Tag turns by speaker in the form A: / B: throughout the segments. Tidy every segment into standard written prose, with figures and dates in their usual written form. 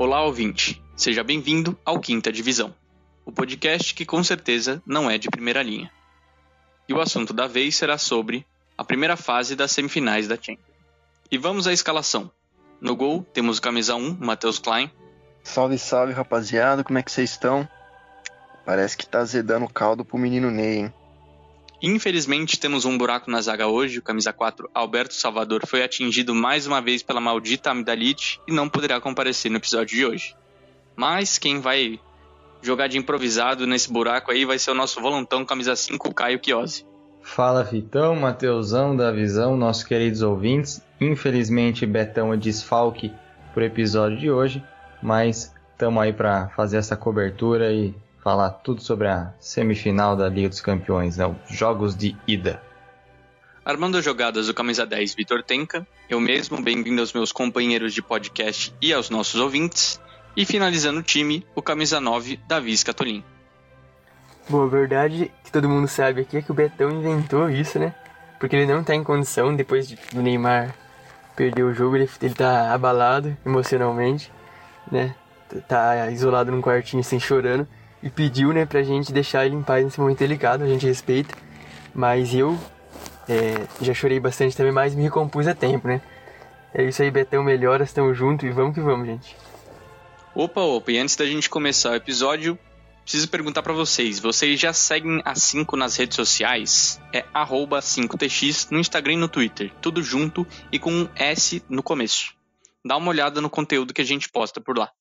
A: Olá, ouvinte. Seja bem-vindo ao Quinta Divisão, o podcast que com certeza não é de primeira linha. E o assunto da vez será sobre a primeira fase das semifinais da Champions. E vamos à escalação. No gol, temos o camisa 1, Matheus Klein.
B: Salve, salve, rapaziada. Como é que vocês estão? Parece que tá azedando o caldo pro menino Ney, hein?
A: Infelizmente, temos um buraco na zaga hoje. O camisa 4, Alberto Salvador, foi atingido mais uma vez pela maldita amidalite e não poderá comparecer no episódio de hoje. Mas quem vai jogar de improvisado nesse buraco aí vai ser o nosso volantão camisa 5, Caio Chiosi.
C: Fala, Vitão, Mateusão da Visão, nossos queridos ouvintes. Infelizmente, Betão é desfalque pro episódio de hoje, mas estamos aí para fazer essa cobertura e falar tudo sobre a semifinal da Liga dos Campeões, né? Os jogos de ida.
A: Armando as jogadas, o camisa 10, Vitor Tenca. Eu mesmo, bem-vindo aos meus companheiros de podcast e aos nossos ouvintes. E finalizando o time, o camisa 9, Davi Scatolin.
D: Bom, a verdade que todo mundo sabe aqui é que o Betão inventou isso, né? Porque ele não tá em condição, depois do Neymar perder o jogo, ele tá abalado emocionalmente, né? Tá isolado num quartinho assim, chorando. E pediu, né, pra gente deixar ele em paz nesse momento delicado, a gente respeita. Mas eu já chorei bastante também, mas me recompus a tempo, né? É isso aí, Betão, melhoras, tamo junto e vamos que vamos, gente.
A: Opa, e antes da gente começar o episódio, preciso perguntar pra vocês. Vocês já seguem a 5 nas redes sociais? É @5tx no Instagram e no Twitter, tudo junto e com um S no começo. Dá uma olhada no conteúdo que a gente posta por lá.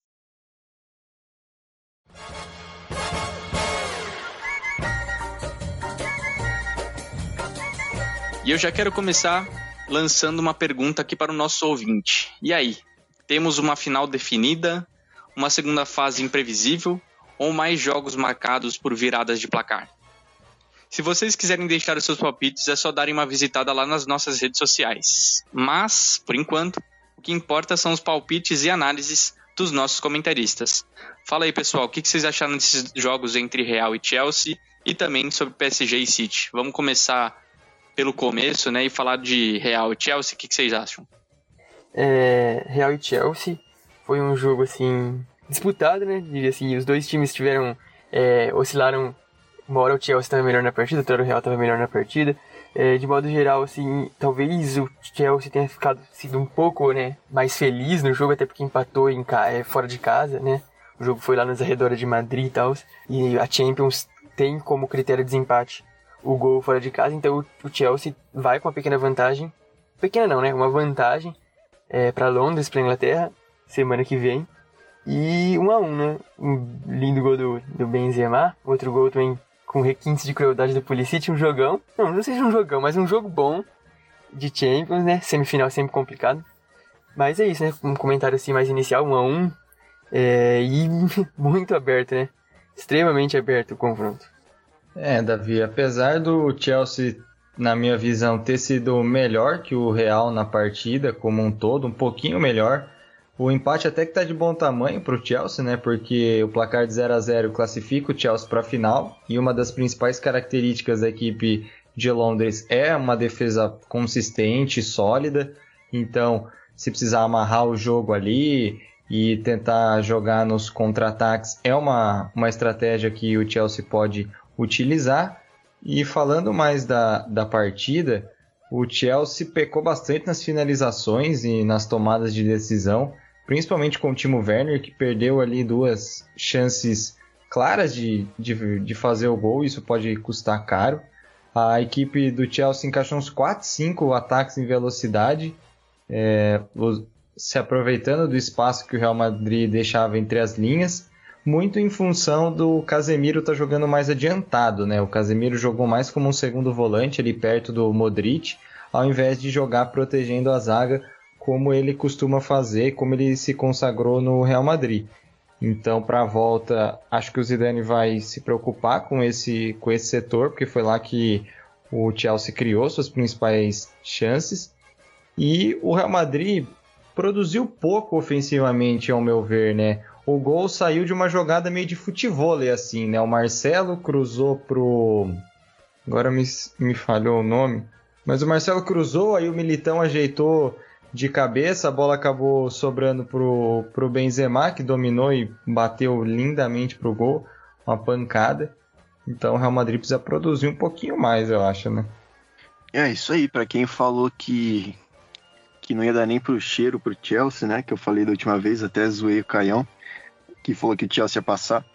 A: E eu já quero começar lançando uma pergunta aqui para o nosso ouvinte. E aí, temos uma final definida, uma segunda fase imprevisível ou mais jogos marcados por viradas de placar? Se vocês quiserem deixar os seus palpites, é só darem uma visitada lá nas nossas redes sociais. Mas, por enquanto, o que importa são os palpites e análises dos nossos comentaristas. Fala aí, pessoal, o que vocês acharam desses jogos entre Real e Chelsea e também sobre PSG e City? Vamos começar pelo começo, né, e falar de Real e Chelsea. O que vocês acham?
D: Real e Chelsea foi um jogo, assim, disputado, né, diria assim, os dois times oscilaram, uma hora o Chelsea estava melhor na partida, outra hora o Real estava melhor na partida. De modo geral, assim, talvez o Chelsea tenha sido um pouco, né, mais feliz no jogo, até porque empatou fora de casa, né, o jogo foi lá nos arredores de Madrid e tal, e a Champions tem como critério de desempate o gol fora de casa, então o Chelsea vai com uma pequena vantagem, pequena não, né, uma vantagem para Londres, para Inglaterra, semana que vem, e 1-1, né, um lindo gol do Benzema, outro gol também com requintes de crueldade do Pulisic, um jogão, não seja um jogão, mas um jogo bom de Champions, né, semifinal sempre complicado, mas é isso, né, um comentário assim mais inicial, 1-1, e muito aberto, né, extremamente aberto o confronto.
C: Davi, apesar do Chelsea, na minha visão, ter sido melhor que o Real na partida como um todo, um pouquinho melhor, o empate até que está de bom tamanho para o Chelsea, né? Porque o placar de 0-0 classifica o Chelsea para a final, e uma das principais características da equipe de Londres é uma defesa consistente, sólida. Então, se precisar amarrar o jogo ali e tentar jogar nos contra-ataques, é uma estratégia que o Chelsea pode utilizar. E falando mais da partida, o Chelsea pecou bastante nas finalizações e nas tomadas de decisão, principalmente com o Timo Werner, que perdeu ali 2 chances claras de fazer o gol. Isso pode custar caro. A equipe do Chelsea encaixou uns 4, 5 ataques em velocidade, se aproveitando do espaço que o Real Madrid deixava entre as linhas, muito em função do Casemiro estar jogando mais adiantado, né? O Casemiro jogou mais como um segundo volante ali perto do Modric, ao invés de jogar protegendo a zaga como ele costuma fazer, como ele se consagrou no Real Madrid. Então, para a volta, acho que o Zidane vai se preocupar com esse setor, porque foi lá que o Chelsea criou suas principais chances. E o Real Madrid produziu pouco ofensivamente, ao meu ver, né? O gol saiu de uma jogada meio de futevôlei, assim, né? O Marcelo cruzou pro... Agora me falhou o nome. Mas o Marcelo cruzou, aí o Militão ajeitou de cabeça, a bola acabou sobrando pro Benzema, que dominou e bateu lindamente pro gol, uma pancada. Então o Real Madrid precisa produzir um pouquinho mais, eu acho, né?
B: É isso aí, pra quem falou que não ia dar nem pro cheiro pro Chelsea, né? Que eu falei da última vez, até zoei o Caião, que falou que o Chelsea ia passar.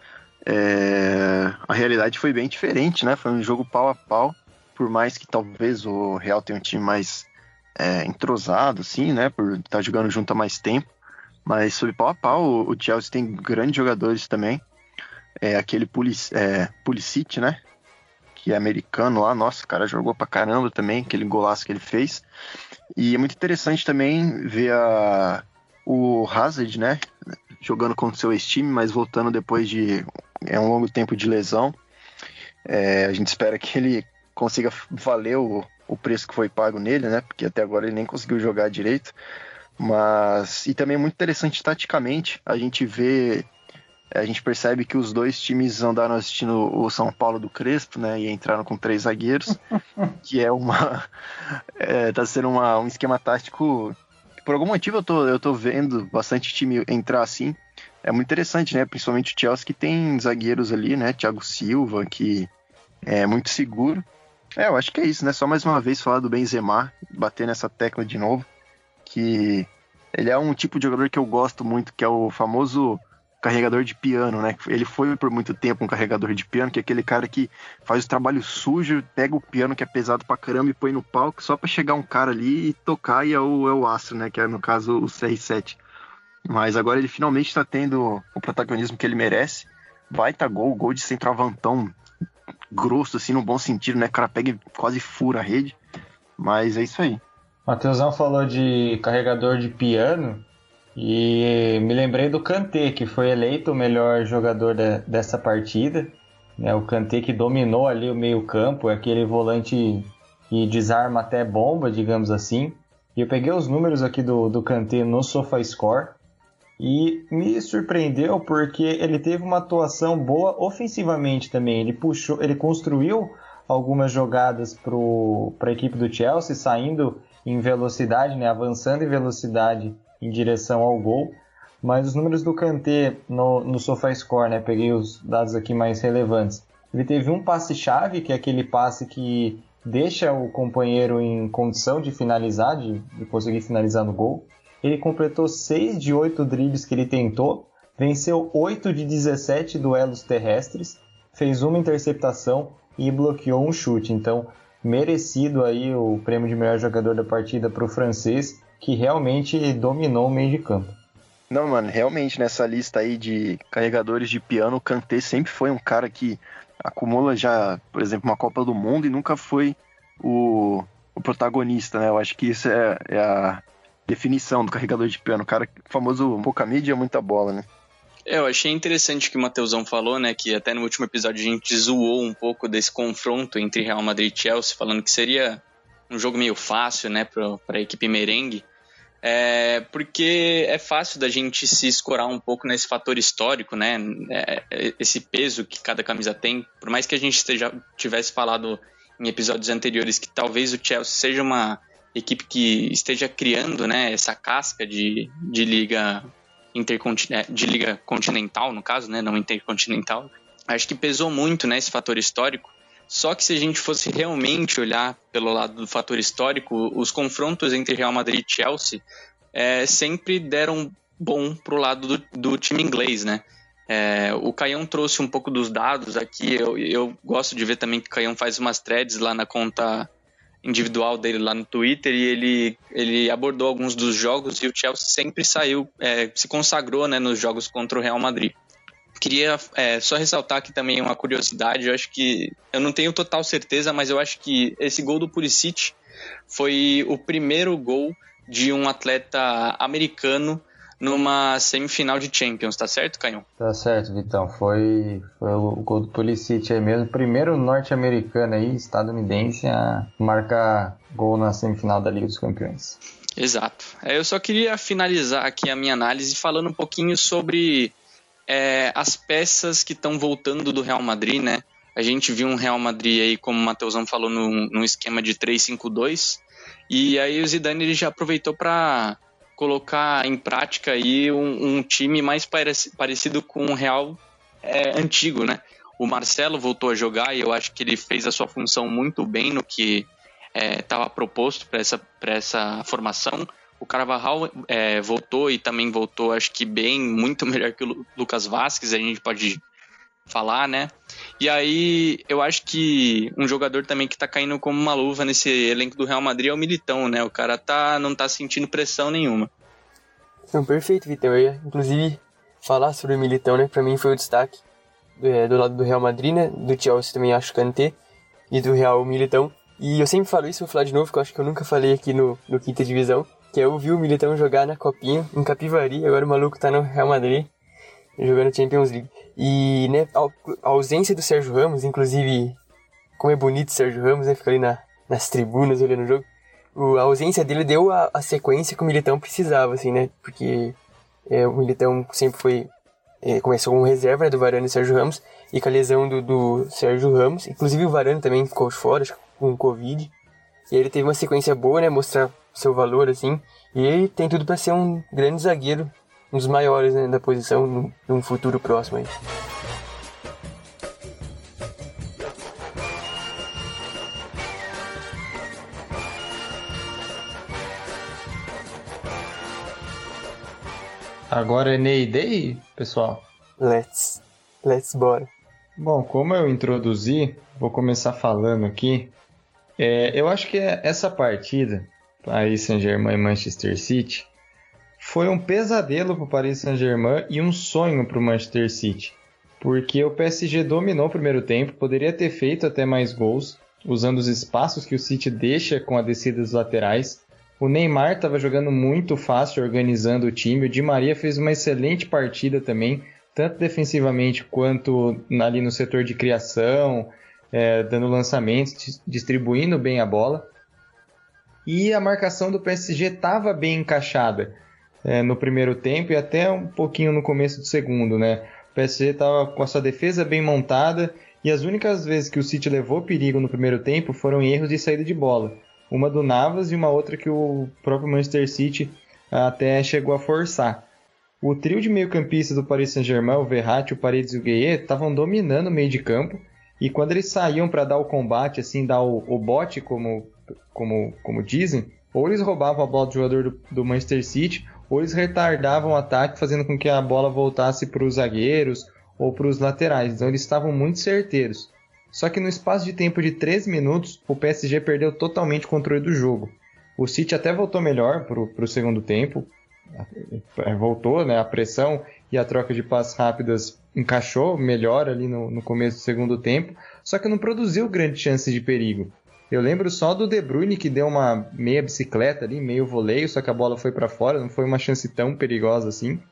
B: A realidade foi bem diferente, né? Foi um jogo pau a pau, por mais que talvez o Real tenha um time mais entrosado, assim, né? Por estar jogando junto há mais tempo. Mas sobre pau a pau, o Chelsea tem grandes jogadores também. Aquele Pulisic, né? Que é americano lá, nossa, o cara jogou pra caramba também, aquele golaço que ele fez. E é muito interessante também ver o Hazard, né? Jogando contra o seu ex-time, mas voltando depois de um longo tempo de lesão. A gente espera que ele consiga valer o preço que foi pago nele, né? Porque até agora ele nem conseguiu jogar direito. E também é muito interessante taticamente, a gente percebe que os dois times andaram assistindo o São Paulo do Crespo, né? E entraram com 3 zagueiros, que tá sendo um esquema tático. Por algum motivo eu tô vendo bastante time entrar assim. É muito interessante, né? Principalmente o Chelsea, que tem zagueiros ali, né? Thiago Silva, que é muito seguro. Eu acho que é isso, né? Só mais uma vez falar do Benzema, bater nessa tecla de novo, que ele é um tipo de jogador que eu gosto muito, que é o famoso carregador de piano, né? Ele foi por muito tempo um carregador de piano, que é aquele cara que faz o trabalho sujo, pega o piano que é pesado pra caramba e põe no palco só pra chegar um cara ali e tocar, e é o astro, né? Que é, no caso, o CR7. Mas agora ele finalmente tá tendo o protagonismo que ele merece. Baita gol de centroavantão grosso, assim, no bom sentido, né? O cara pega e quase fura a rede. Mas é isso aí.
C: Matheusão falou de carregador de piano e me lembrei do Kanté, que foi eleito o melhor jogador dessa partida. O Kanté que dominou ali o meio-campo, é aquele volante que desarma até bomba, digamos assim. E eu peguei os números aqui do Kanté no SofaScore e me surpreendeu porque ele teve uma atuação boa ofensivamente também. Ele construiu algumas jogadas para a equipe do Chelsea, saindo em velocidade, né, avançando em velocidade em direção ao gol. Mas os números do Kanté no SofaScore, né, peguei os dados aqui mais relevantes. Ele teve um passe-chave, que é aquele passe que deixa o companheiro em condição de finalizar, de conseguir finalizar no gol. Ele completou 6 de 8 dribles que ele tentou, venceu 8 de 17 duelos terrestres, fez uma interceptação e bloqueou um chute. Então, merecido aí o prêmio de melhor jogador da partida para o francês, que realmente dominou o meio de campo.
B: Não, mano, realmente nessa lista aí de carregadores de piano, o Kanté sempre foi um cara que acumula já, por exemplo, uma Copa do Mundo e nunca foi o protagonista, né? Eu acho que isso é a definição do carregador de piano. O cara famoso pouca mídia, muita bola, né?
A: Eu achei interessante o que o Matheusão falou, né? Que até no último episódio a gente zoou um pouco desse confronto entre Real Madrid e Chelsea, falando que seria um jogo meio fácil, né, para a equipe merengue. Porque é fácil da gente se escorar um pouco nesse fator histórico, né? Esse peso que cada camisa tem. Por mais que a gente tivesse falado em episódios anteriores que talvez o Chelsea seja uma equipe que esteja criando, né, essa casca de liga de liga continental, no caso, né, não intercontinental. Acho que pesou muito, né, esse fator histórico. Só que se a gente fosse realmente olhar pelo lado do fator histórico, os confrontos entre Real Madrid e Chelsea sempre deram bom pro lado do time inglês, né? O Caião trouxe um pouco dos dados aqui. Eu gosto de ver também que o Caião faz umas threads lá na conta individual dele lá no Twitter, e ele abordou alguns dos jogos, e o Chelsea sempre se consagrou, né, nos jogos contra o Real Madrid. Queria só ressaltar aqui também uma curiosidade. Eu acho que, eu não tenho total certeza, mas eu acho que esse gol do Pulisic foi o primeiro gol de um atleta americano numa semifinal de Champions, tá certo, Caio?
C: Tá certo, Vitão. Foi o gol do Pulisic aí mesmo. Primeiro norte-americano aí, estadunidense, a marcar gol na semifinal da Liga dos Campeões.
A: Exato. Eu só queria finalizar aqui a minha análise falando um pouquinho sobre as peças que estão voltando do Real Madrid, né? A gente viu um Real Madrid aí, como o Matheusão falou, num esquema de 3-5-2, E aí o Zidane ele já aproveitou para colocar em prática aí um time mais parecido com o Real antigo, né? O Marcelo voltou a jogar e eu acho que ele fez a sua função muito bem no que estava proposto para essa formação. O Carvajal voltou e também voltou, acho que bem, muito melhor que o Lucas Vázquez, a gente pode falar, né? E aí eu acho que um jogador também que tá caindo como uma luva nesse elenco do Real Madrid é o Militão, né? O cara não tá sentindo pressão nenhuma.
D: Não, perfeito, Vitor. Eu ia, inclusive, falar sobre o Militão, né? Pra mim foi o destaque do lado do Real Madrid, né? Do Chelsea também acho Kanté e do Real Militão. E eu sempre falo isso, vou falar de novo, que eu acho que eu nunca falei aqui no Quinta Divisão, que é eu vi o Militão jogar na Copinha, em Capivari, agora o maluco tá no Real Madrid, jogando Champions League. E, né, a ausência do Sérgio Ramos, inclusive, como é bonito o Sérgio Ramos, né? Fica ali nas tribunas olhando o jogo. A ausência dele deu a sequência que o Militão precisava, assim, né? Porque o Militão sempre foi... começou como reserva, né, do Varane e Sérgio Ramos, e com a lesão do Sérgio Ramos, inclusive o Varane também ficou fora, acho que com Covid, e ele teve uma sequência boa, né, mostrar seu valor, assim, e ele tem tudo para ser um grande zagueiro, um dos maiores, né, da posição num futuro próximo aí.
C: Agora é Ney Day, pessoal?
D: Let's bora.
C: Bom, como eu introduzi, vou começar falando aqui. Eu acho que essa partida, Paris Saint-Germain e Manchester City, foi um pesadelo para o Paris Saint-Germain e um sonho para o Manchester City. Porque o PSG dominou o primeiro tempo, poderia ter feito até mais gols, usando os espaços que o City deixa com a descida dos laterais. O Neymar estava jogando muito fácil, organizando o time. O Di Maria fez uma excelente partida também, tanto defensivamente quanto ali no setor de criação, dando lançamentos, distribuindo bem a bola. E a marcação do PSG estava bem encaixada no primeiro tempo e até um pouquinho no começo do segundo, né? O PSG estava com a sua defesa bem montada e as únicas vezes que o City levou perigo no primeiro tempo foram em erros de saída de bola. Uma do Navas e uma outra que o próprio Manchester City até chegou a forçar. O trio de meio-campistas do Paris Saint-Germain, o Verratti, o Paredes e o Gueye, estavam dominando o meio de campo. E quando eles saíam para dar o combate, assim, dar o bote, como dizem, ou eles roubavam a bola do jogador do Manchester City, ou eles retardavam o ataque, fazendo com que a bola voltasse para os zagueiros ou para os laterais. Então eles estavam muito certeiros. Só que no espaço de tempo de 13 minutos, o PSG perdeu totalmente o controle do jogo. O City até voltou melhor para o segundo tempo, voltou, né, a pressão e a troca de passes rápidas encaixou melhor ali no começo do segundo tempo, só que não produziu grande chance de perigo. Eu lembro só do De Bruyne que deu uma meia bicicleta ali, meio voleio, só que a bola foi para fora, não foi uma chance tão perigosa assim.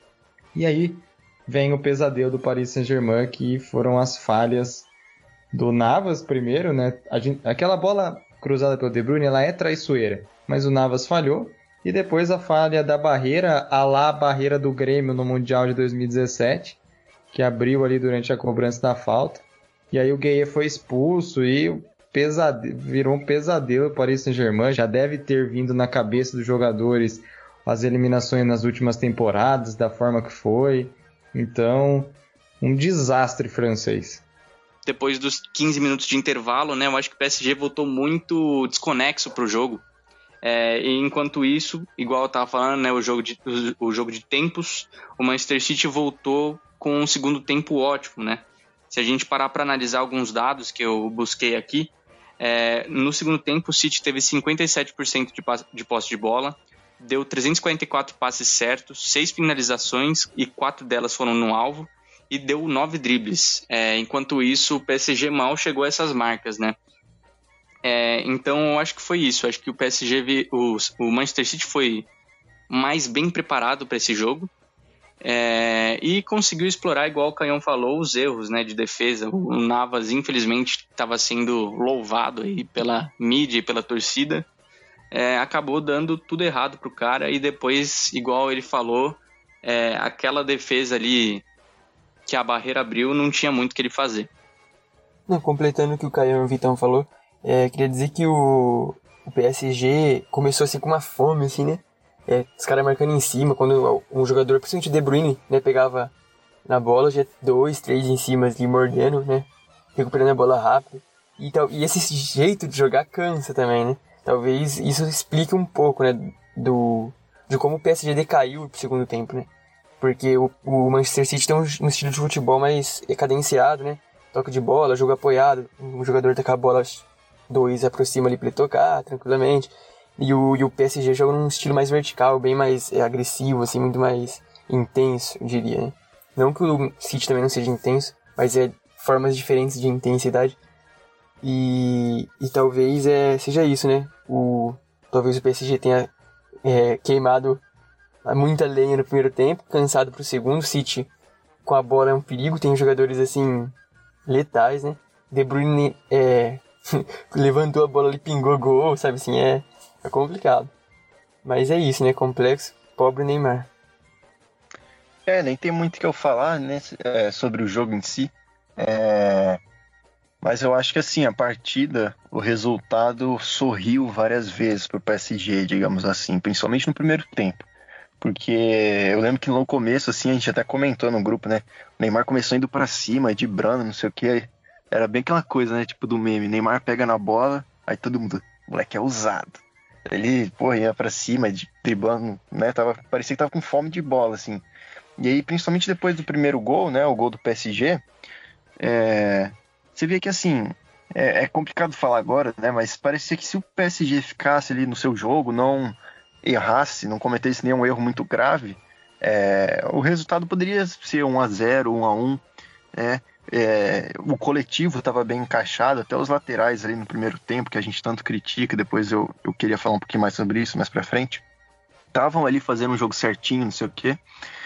C: E aí vem o pesadelo do Paris Saint-Germain, que foram as falhas do Navas primeiro, né? Aquela bola cruzada pelo De Bruyne, ela é traiçoeira, mas o Navas falhou. E depois a falha da Barreira, a barreira do Grêmio no Mundial de 2017, que abriu ali durante a cobrança da falta. E aí o Gueye foi expulso e virou um pesadelo o Paris Saint-Germain. Já deve ter vindo na cabeça dos jogadores as eliminações nas últimas temporadas, da forma que foi. Então, um desastre francês.
A: Depois dos 15 minutos de intervalo, né, eu acho que o PSG voltou muito desconexo para o jogo. E enquanto isso, igual eu estava falando, né, o jogo de tempos, o Manchester City voltou com um segundo tempo ótimo, né? Se a gente parar para analisar alguns dados que eu busquei aqui, no segundo tempo o City teve 57% de posse de bola, deu 344 passes certos, 6 finalizações e 4 delas foram no alvo e deu 9 dribles. Enquanto isso, o PSG mal chegou a essas marcas, né? Então eu acho que foi isso. Acho que o PSG, o Manchester City foi mais bem preparado para esse jogo e conseguiu explorar, igual o Canhão falou, os erros, né, de defesa. O Navas infelizmente estava sendo louvado aí pela mídia e pela torcida, acabou dando tudo errado pro cara e depois, igual ele falou, aquela defesa ali que a barreira abriu, não tinha muito o que ele fazer.
D: Não, completando o que o Caio e o Vitão falou, queria dizer que o o PSG começou assim com uma fome, assim, né? Os caras marcando em cima, quando um jogador, principalmente o De Bruyne, né, pegava na bola, já 2, 3 em cima, assim, mordendo, né? Recuperando a bola rápido. E esse jeito de jogar cansa também, né? Talvez isso explique um pouco, né, de como o PSG decaiu pro segundo tempo, né? Porque o Manchester City tem um estilo de futebol mais cadenciado, né? Toque de bola, jogo apoiado, um jogador tacar a bola 2 aproxima ali pra ele tocar tranquilamente. E o PSG joga num estilo mais vertical, bem mais agressivo, assim, muito mais intenso, eu diria, né? Não que o City também não seja intenso, mas formas diferentes de intensidade. E talvez seja isso, né? Talvez o PSG tenha queimado muita lenha no primeiro tempo, cansado pro segundo. O City com a bola é um perigo, tem jogadores assim letais, né? De Bruyne levantou a bola e pingou gol, sabe assim, é complicado. Mas é isso, né? Complexo, pobre Neymar.
B: Nem tem muito que eu falar, né, sobre o jogo em si. Mas eu acho que assim, a partida, o resultado sorriu várias vezes pro PSG, digamos assim, principalmente no primeiro tempo. Porque eu lembro que no começo, assim, a gente até comentou no grupo, né? O Neymar começou indo pra cima, driblando, não sei o que. Era bem aquela coisa, né? Tipo do meme. Neymar pega na bola, aí todo mundo, moleque é ousado. Ele, ia pra cima, driblando, né? Parecia que tava com fome de bola, assim. E aí, principalmente depois do primeiro gol, né? O gol do PSG, você vê que, assim, é complicado falar agora, né? Mas parecia que se o PSG ficasse ali no seu jogo, não errasse, não cometesse nenhum erro muito grave, o resultado poderia ser 1-0, 1-1, né? O coletivo estava bem encaixado, até os laterais ali no primeiro tempo, que a gente tanto critica, depois eu queria falar um pouquinho mais sobre isso mais pra frente, estavam ali fazendo um jogo certinho, não sei o quê,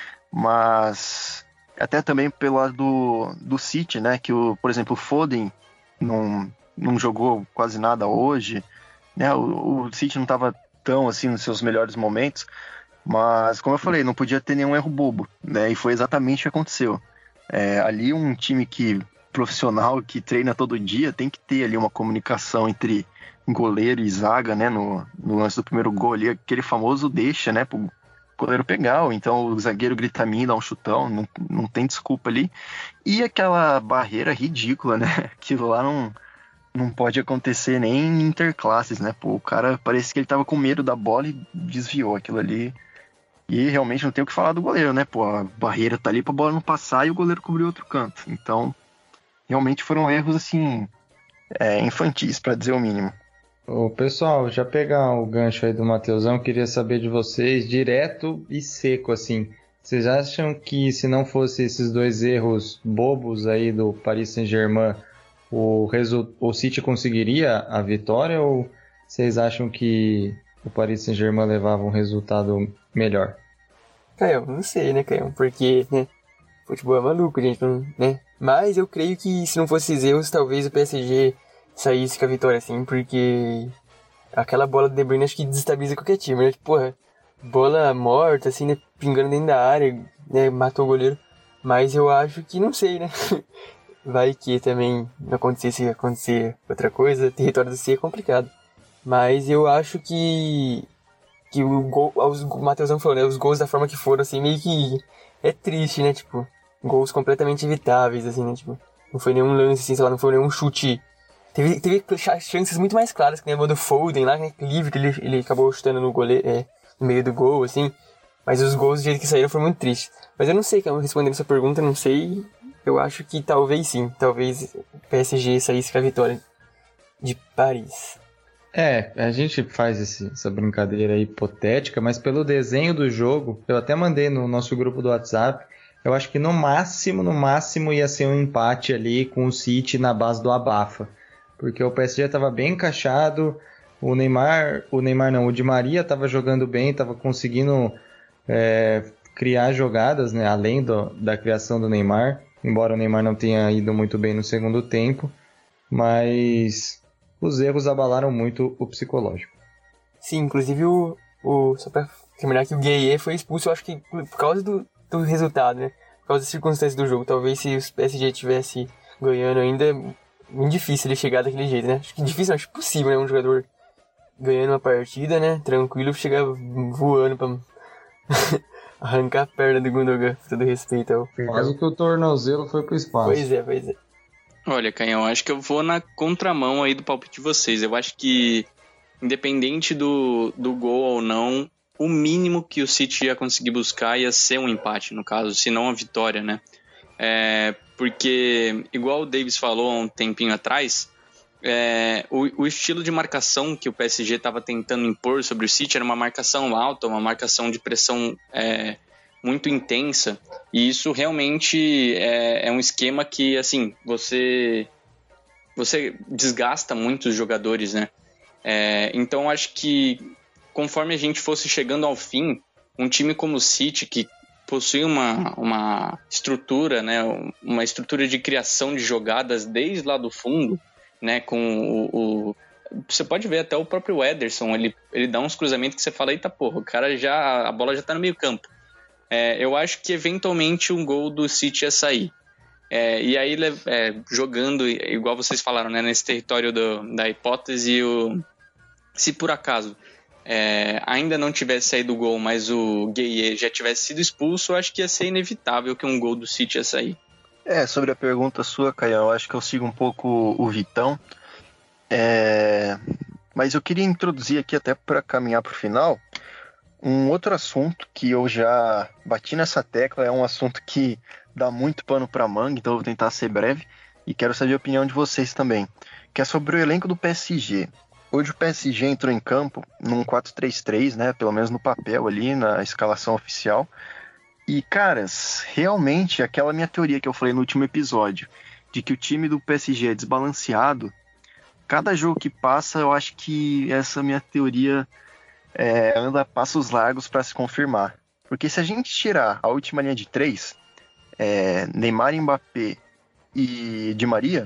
B: mas até também pelo lado do City, né, que por exemplo, o Foden não jogou quase nada hoje, né, o City não estava tão assim nos seus melhores momentos, mas como eu falei, não podia ter nenhum erro bobo, né, e foi exatamente o que aconteceu. Ali um time profissional que treina todo dia tem que ter ali uma comunicação entre goleiro e zaga, né, no lance do primeiro gol ali, aquele famoso deixa, né, pro goleiro pegar, ou então o zagueiro grita a mim, dá um chutão, não tem desculpa ali, e aquela barreira ridícula, né, aquilo lá não pode acontecer nem em interclasses, né, o cara parece que ele tava com medo da bola e desviou aquilo ali. E realmente não tem o que falar do goleiro, né? A barreira tá ali pra bola não passar e o goleiro cobriu outro canto. Então, realmente foram erros, assim, infantis, pra dizer o mínimo.
C: Ô, pessoal, já pegar o gancho aí do Matheusão, queria saber de vocês, direto e seco, assim. Vocês acham que se não fosse esses dois erros bobos aí do Paris Saint-Germain, o City conseguiria a vitória? Ou vocês acham que o Paris Saint-Germain levava um resultado melhor?
D: Caião, não sei, né, Caião? Porque, né, futebol é maluco, gente, não, né? Mas eu creio que se não fosse esses erros, talvez o PSG saísse com a vitória, assim, porque aquela bola do De Bruyne acho que desestabiliza qualquer time, né? Porra, bola morta, assim, né, pingando dentro da área, né, matou o goleiro. Mas eu acho que, não sei, né? Vai que também não acontecer outra coisa, território do C é complicado. Mas eu acho que o gol, o Matheusão falou, né, os gols da forma que foram, assim, meio que é triste, né, tipo, gols completamente evitáveis, assim, né, tipo, não foi nenhum lance, assim, sei lá, não foi nenhum chute, teve chances muito mais claras, que nem a do Foden lá, né, livre, que ele acabou chutando no goleiro, no meio do gol, assim, mas os gols do jeito que saíram foram muito tristes. Mas eu não sei, respondendo essa pergunta, não sei, eu acho que talvez sim, talvez o PSG saísse com a vitória de Paris.
C: A gente faz essa brincadeira hipotética, mas pelo desenho do jogo, eu até mandei no nosso grupo do WhatsApp, eu acho que no máximo ia ser um empate ali com o City na base do abafa, porque o PSG estava bem encaixado, o Di Maria estava jogando bem, estava conseguindo criar jogadas, né, além da criação do Neymar, embora o Neymar não tenha ido muito bem no segundo tempo, mas os erros abalaram muito o psicológico.
D: Sim, inclusive só pra terminar que o Gueye foi expulso, eu acho que por causa do resultado, né? Por causa das circunstâncias do jogo. Talvez se o PSG tivesse ganhando ainda, é muito difícil ele chegar daquele jeito, né? Acho que difícil, acho possível, né? Um jogador ganhando uma partida, né? Tranquilo, chega voando pra arrancar a perna do Gundogan, com todo respeito ao perdão.
C: Quase que o tornozelo foi pro espaço.
D: Pois é.
A: Olha, Canhão, acho que eu vou na contramão aí do palpite de vocês. Eu acho que, independente do gol ou não, o mínimo que o City ia conseguir buscar ia ser um empate, no caso, se não a vitória, né? Porque, igual o Davis falou há um tempinho atrás, o estilo de marcação que o PSG estava tentando impor sobre o City era uma marcação alta, uma marcação de pressão muito intensa, e isso realmente é um esquema que, assim, você desgasta muito os jogadores, né? Então, acho que conforme a gente fosse chegando ao fim, um time como o City, que possui uma estrutura, né, uma estrutura de criação de jogadas desde lá do fundo, né, com você pode ver até o próprio Ederson, ele dá uns cruzamentos que você fala, eita porra, a bola já tá no meio campo. Eu acho que eventualmente um gol do City ia sair. E aí, jogando, igual vocês falaram, né, nesse território da hipótese, se por acaso ainda não tivesse saído o gol, mas o Gueye já tivesse sido expulso, eu acho que ia ser inevitável que um gol do City ia sair.
B: Sobre a pergunta sua, Caio, eu acho que eu sigo um pouco o Vitão. Mas eu queria introduzir aqui, até para caminhar para o final, um outro assunto que eu já bati nessa tecla, é um assunto que dá muito pano para manga, então eu vou tentar ser breve, e quero saber a opinião de vocês também, que é sobre o elenco do PSG. Hoje o PSG entrou em campo num 4-3-3, né, pelo menos no papel ali, na escalação oficial. E, caras, realmente aquela minha teoria que eu falei no último episódio, de que o time do PSG é desbalanceado, cada jogo que passa, eu acho que essa minha teoria anda a passos largos para se confirmar. Porque se a gente tirar a última linha de 3, Neymar, Mbappé e Di Maria,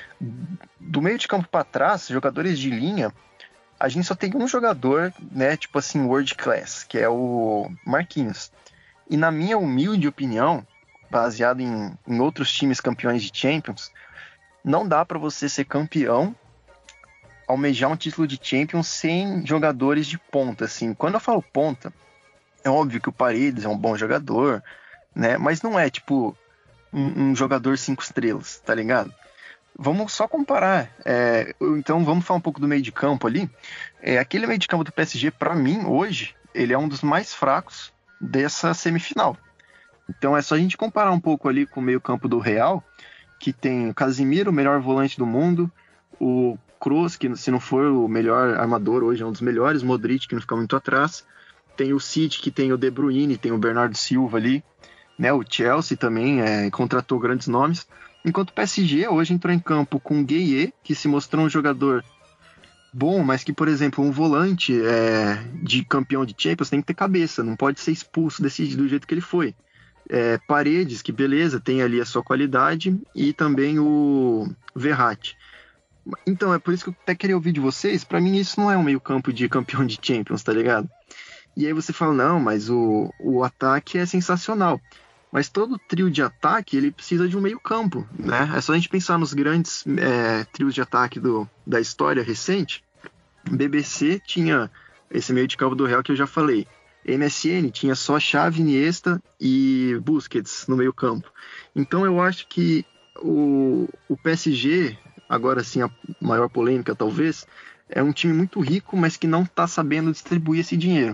B: do meio de campo para trás, jogadores de linha, a gente só tem um jogador, né, tipo assim, world class, que é o Marquinhos. E na minha humilde opinião, baseado em outros times campeões de Champions, não dá para você ser campeão, almejar um título de Champions sem jogadores de ponta, assim. Quando eu falo ponta, é óbvio que o Paredes é um bom jogador, né? Mas não é, tipo, um jogador 5 estrelas, tá ligado? Vamos só comparar. Então, vamos falar um pouco do meio de campo ali. Aquele meio de campo do PSG, pra mim, hoje, ele é um dos mais fracos dessa semifinal. Então, é só a gente comparar um pouco ali com o meio campo do Real, que tem o Casemiro, o melhor volante do mundo, o Kroos, que se não for o melhor armador hoje, é um dos melhores, Modric, que não fica muito atrás, tem o City, que tem o De Bruyne, tem o Bernardo Silva ali, né? O Chelsea também contratou grandes nomes, enquanto o PSG hoje entrou em campo com o Gueye, que se mostrou um jogador bom, mas que, por exemplo, um volante de campeão de Champions tem que ter cabeça, não pode ser expulso do jeito que ele foi. Paredes, que beleza, tem ali a sua qualidade, e também o Verratti. Então, é por isso que eu até queria ouvir de vocês. Pra mim isso não é um meio campo de campeão de Champions, tá ligado? E aí você fala, não, mas o ataque é sensacional. Mas todo trio de ataque, ele precisa de um meio campo, né? É só a gente pensar nos grandes trios de ataque da história recente. BBC tinha esse meio de campo do Real que eu já falei. MSN tinha só Xavi, Iniesta e Busquets no meio campo. Então eu acho que o PSG... Agora sim, a maior polêmica talvez, é um time muito rico, mas que não está sabendo distribuir esse dinheiro.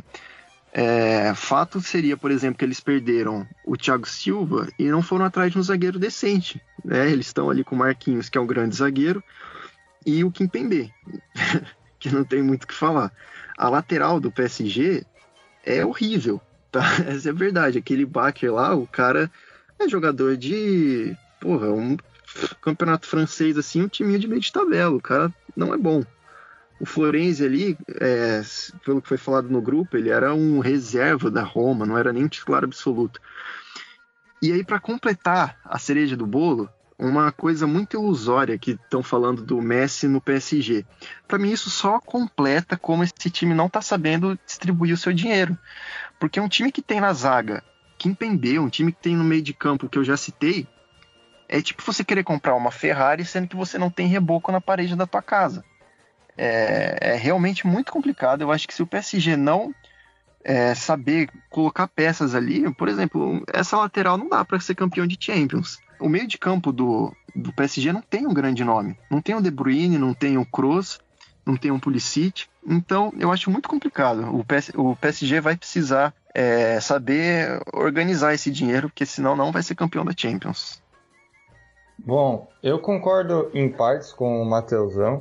B: Fato seria, por exemplo, que eles perderam o Thiago Silva e não foram atrás de um zagueiro decente, né? Eles estão ali com o Marquinhos, que é um grande zagueiro, e o Kimpembe, que não tem muito o que falar. A lateral do PSG é horrível, tá? Essa é a verdade. Aquele Bakker lá, o cara é jogador de... campeonato francês, assim, um timinho de meio de tabela, o cara não é bom. O Florenzi ali, pelo que foi falado no grupo, ele era um reserva da Roma, não era nem um titular absoluto. E aí, para completar a cereja do bolo, uma coisa muito ilusória que estão falando do Messi no PSG. Para mim, isso só completa como esse time não está sabendo distribuir o seu dinheiro. Porque um time que tem na zaga Kimpembe, um time que tem no meio de campo que eu já citei, é tipo você querer comprar uma Ferrari sendo que você não tem reboco na parede da tua casa. É realmente muito complicado. Eu acho que se o PSG não saber colocar peças ali, por exemplo, essa lateral não dá para ser campeão de Champions. O meio de campo do PSG não tem um grande nome. Não tem o De Bruyne, não tem o Kroos, não tem o Pulisic. Então, eu acho muito complicado. O PSG vai precisar saber organizar esse dinheiro, porque senão não vai ser campeão da Champions.
C: Bom, eu concordo em partes com o Matheusão.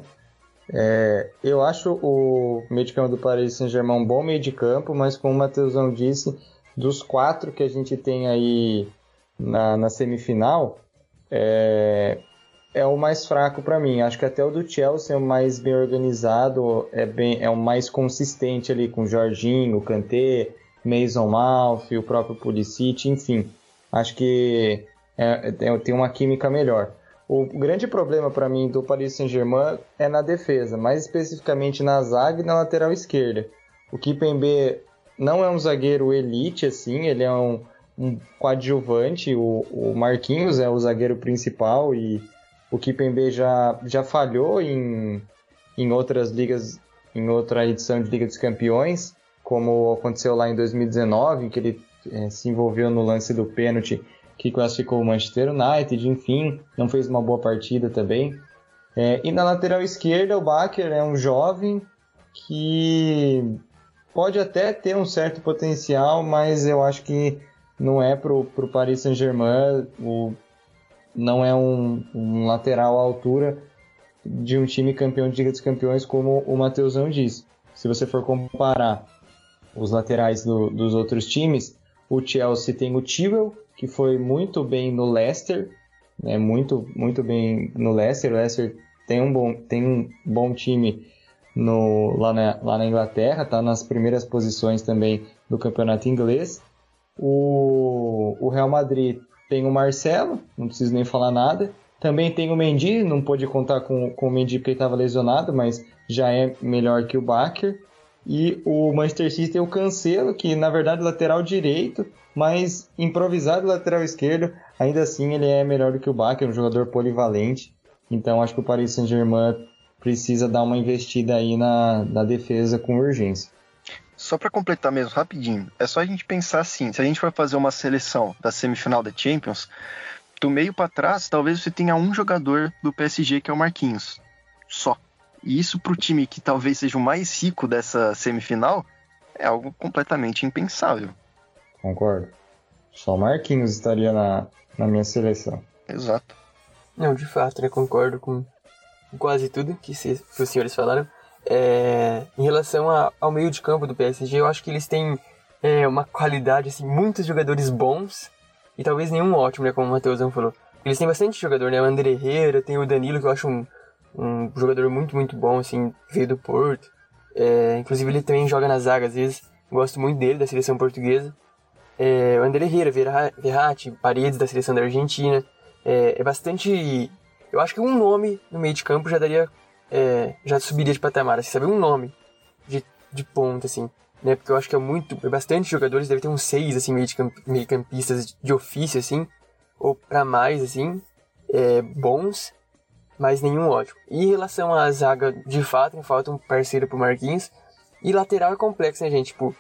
C: Eu acho o meio de campo do Paris Saint-Germain um bom meio de campo, mas como o Matheusão disse, dos 4 que a gente tem aí na semifinal, é o mais fraco para mim. Acho que até o do Chelsea é o mais bem organizado, é o mais consistente ali com o Jorginho, o Kanté, Mason Mount, o próprio Pulisic, enfim. Acho que tem uma química melhor. O grande problema para mim do Paris Saint-Germain é na defesa, mais especificamente na zaga e na lateral esquerda. O Kimpembe não é um zagueiro elite, assim, ele é um coadjuvante. O Marquinhos é o zagueiro principal e o Kimpembe já falhou em outras ligas, em outra edição de Liga dos Campeões, como aconteceu lá em 2019, que ele se envolveu no lance do pênalti que classificou o Manchester United, enfim, não fez uma boa partida também. E na lateral esquerda, o Bakker é um jovem que pode até ter um certo potencial, mas eu acho que não é pro Paris Saint-Germain, não é um lateral à altura de um time campeão de Liga dos Campeões, como o Matheusão disse. Se você for comparar os laterais dos outros times, o Chelsea tem o Chilwell, que foi muito bem no Leicester, né? Muito bem no Leicester. O Leicester tem um bom time lá na Inglaterra, está nas primeiras posições também do campeonato inglês. O Real Madrid tem o Marcelo, não preciso nem falar nada. Também tem o Mendy, não pôde contar com o Mendy porque ele estava lesionado, mas já é melhor que o Bakker. E o Manchester City tem o Cancelo, que na verdade é lateral direito, mas improvisado lateral esquerdo, ainda assim ele é melhor do que o Bakker, um jogador polivalente. Então acho que o Paris Saint-Germain precisa dar uma investida aí na defesa com urgência.
B: Só para completar mesmo, rapidinho, é só a gente pensar assim, se a gente for fazer uma seleção da semifinal da Champions, do meio para trás, talvez você tenha um jogador do PSG que é o Marquinhos, só. E isso para o time que talvez seja o mais rico dessa semifinal, é algo completamente impensável.
C: Concordo. Só o Marquinhos estaria na minha seleção.
B: Exato.
D: Não, de fato, né? Concordo com quase tudo que os senhores falaram. Em relação ao meio de campo do PSG, eu acho que eles têm uma qualidade, assim, muitos jogadores bons e talvez nenhum ótimo, né? Como o Matheusão falou. Eles têm bastante jogador, né? O André Herrera, tem o Danilo, que eu acho um jogador muito, muito bom, assim, veio do Porto. Inclusive ele também joga na zaga, às vezes. Gosto muito dele, da seleção portuguesa. O André Herrera, Verratti, Paredes, da seleção da Argentina. Bastante... Eu acho que um nome no meio de campo já daria... já subiria de patamar, assim, sabe? Um nome de ponta, assim. Né? Porque eu acho que bastante jogadores, deve ter uns 6, assim, meio-campistas de ofício, assim. Ou pra mais, assim. Bons. Mas nenhum ótimo. E em relação à zaga, de fato, falta um parceiro pro Marquinhos. E lateral é complexo, né, gente? Tipo,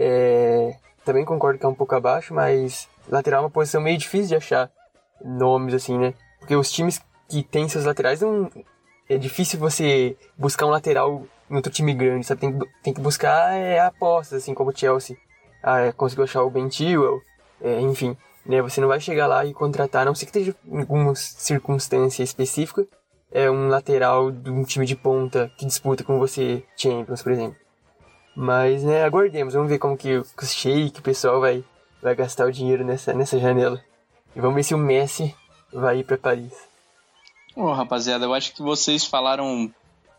D: também concordo que é um pouco abaixo, mas lateral é uma posição meio difícil de achar nomes, assim, né? Porque os times que têm seus laterais, é difícil você buscar um lateral em outro time grande, sabe? Tem que buscar apostas, assim, como o Chelsea. Conseguiu achar o Ben Chilwell, enfim. Né? Você não vai chegar lá e contratar, a não ser que esteja em alguma circunstância específica, um lateral de um time de ponta que disputa com você Champions, por exemplo. Mas, né, aguardemos, vamos ver como que o Sheik, o pessoal vai gastar o dinheiro nessa janela. E vamos ver se o Messi vai ir para Paris.
A: Rapaziada, eu acho que vocês falaram,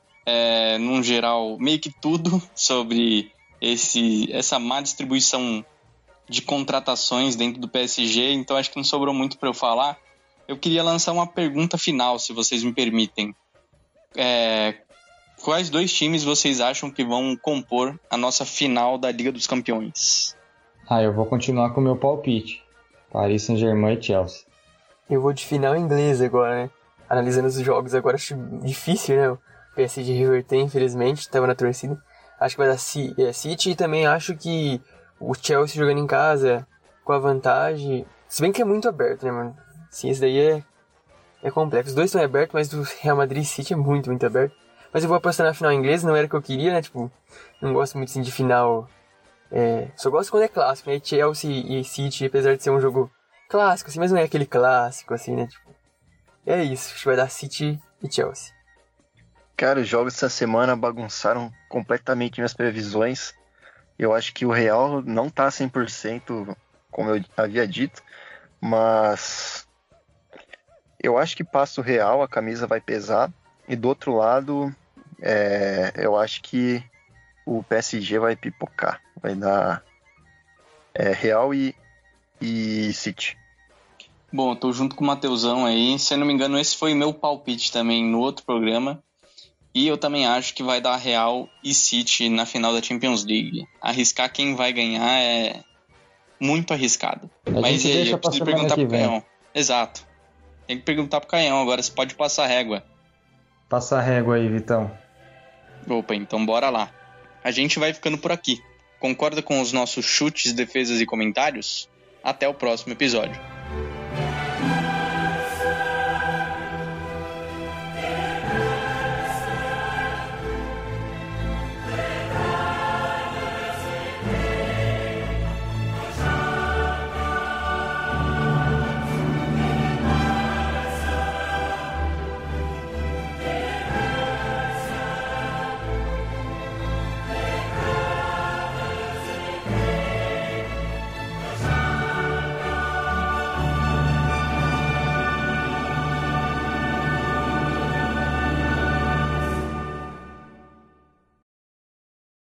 A: num geral, meio que tudo sobre essa má distribuição de contratações dentro do PSG, então acho que não sobrou muito para eu falar. Eu queria lançar uma pergunta final, se vocês me permitem. Quais 2 times vocês acham que vão compor a nossa final da Liga dos Campeões?
C: Eu vou continuar com o meu palpite. Paris Saint-Germain e Chelsea.
D: Eu vou de final inglesa agora, né? Analisando os jogos agora, acho difícil, né? PSG reverter, infelizmente, tava na torcida. Acho que vai dar City, e também acho que o Chelsea jogando em casa, com a vantagem... Se bem que é muito aberto, né, mano? Sim, esse daí é complexo. Os dois estão abertos, mas do Real Madrid e City é muito, muito aberto. Mas eu vou apostar na final inglesa, não era o que eu queria, né? Tipo, não gosto muito assim de final... só gosto quando é clássico, né? Chelsea e City, apesar de ser um jogo clássico, assim, mas não é aquele clássico, assim, né? Tipo, é isso, acho que vai dar City e Chelsea.
B: Cara, os jogos dessa semana bagunçaram completamente minhas previsões. Eu acho que o Real não tá 100%, como eu havia dito, mas eu acho que passa o Real, a camisa vai pesar. E do outro lado, eu acho que o PSG vai pipocar. Vai dar Real e City.
A: Bom, eu tô junto com o Mateusão aí. Se eu não me engano, esse foi o meu palpite também no outro programa. E eu também acho que vai dar Real e City na final da Champions League. Arriscar quem vai ganhar é muito arriscado. Mas e aí, eu preciso perguntar pro Caião. Exato. Tem que perguntar pro Caião agora se pode passar a régua.
C: Passa a régua aí, Vitão.
A: Opa, então bora lá. A gente vai ficando por aqui. Concorda com os nossos chutes, defesas e comentários? Até o próximo episódio.